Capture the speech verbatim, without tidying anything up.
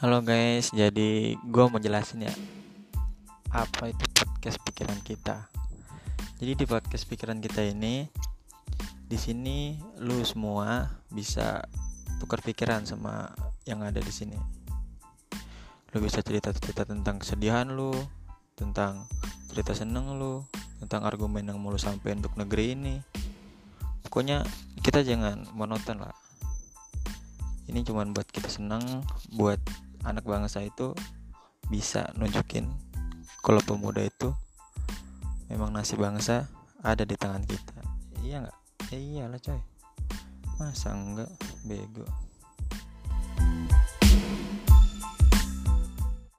Halo guys, jadi gue mau jelasin ya apa itu podcast pikiran kita. Jadi di podcast pikiran kita ini, di sini lu semua bisa tukar pikiran sama yang ada di sini. Lu bisa cerita-cerita tentang kesedihan lu, tentang cerita seneng lu, tentang argumen yang mau lu sampein untuk negeri ini. Pokoknya kita jangan monoton lah. Ini cuman buat kita seneng, buat anak bangsa itu bisa nunjukin kalau pemuda itu memang nasib bangsa ada di tangan kita. Iya nggak? Ya iyalah coy. Masa enggak, bego.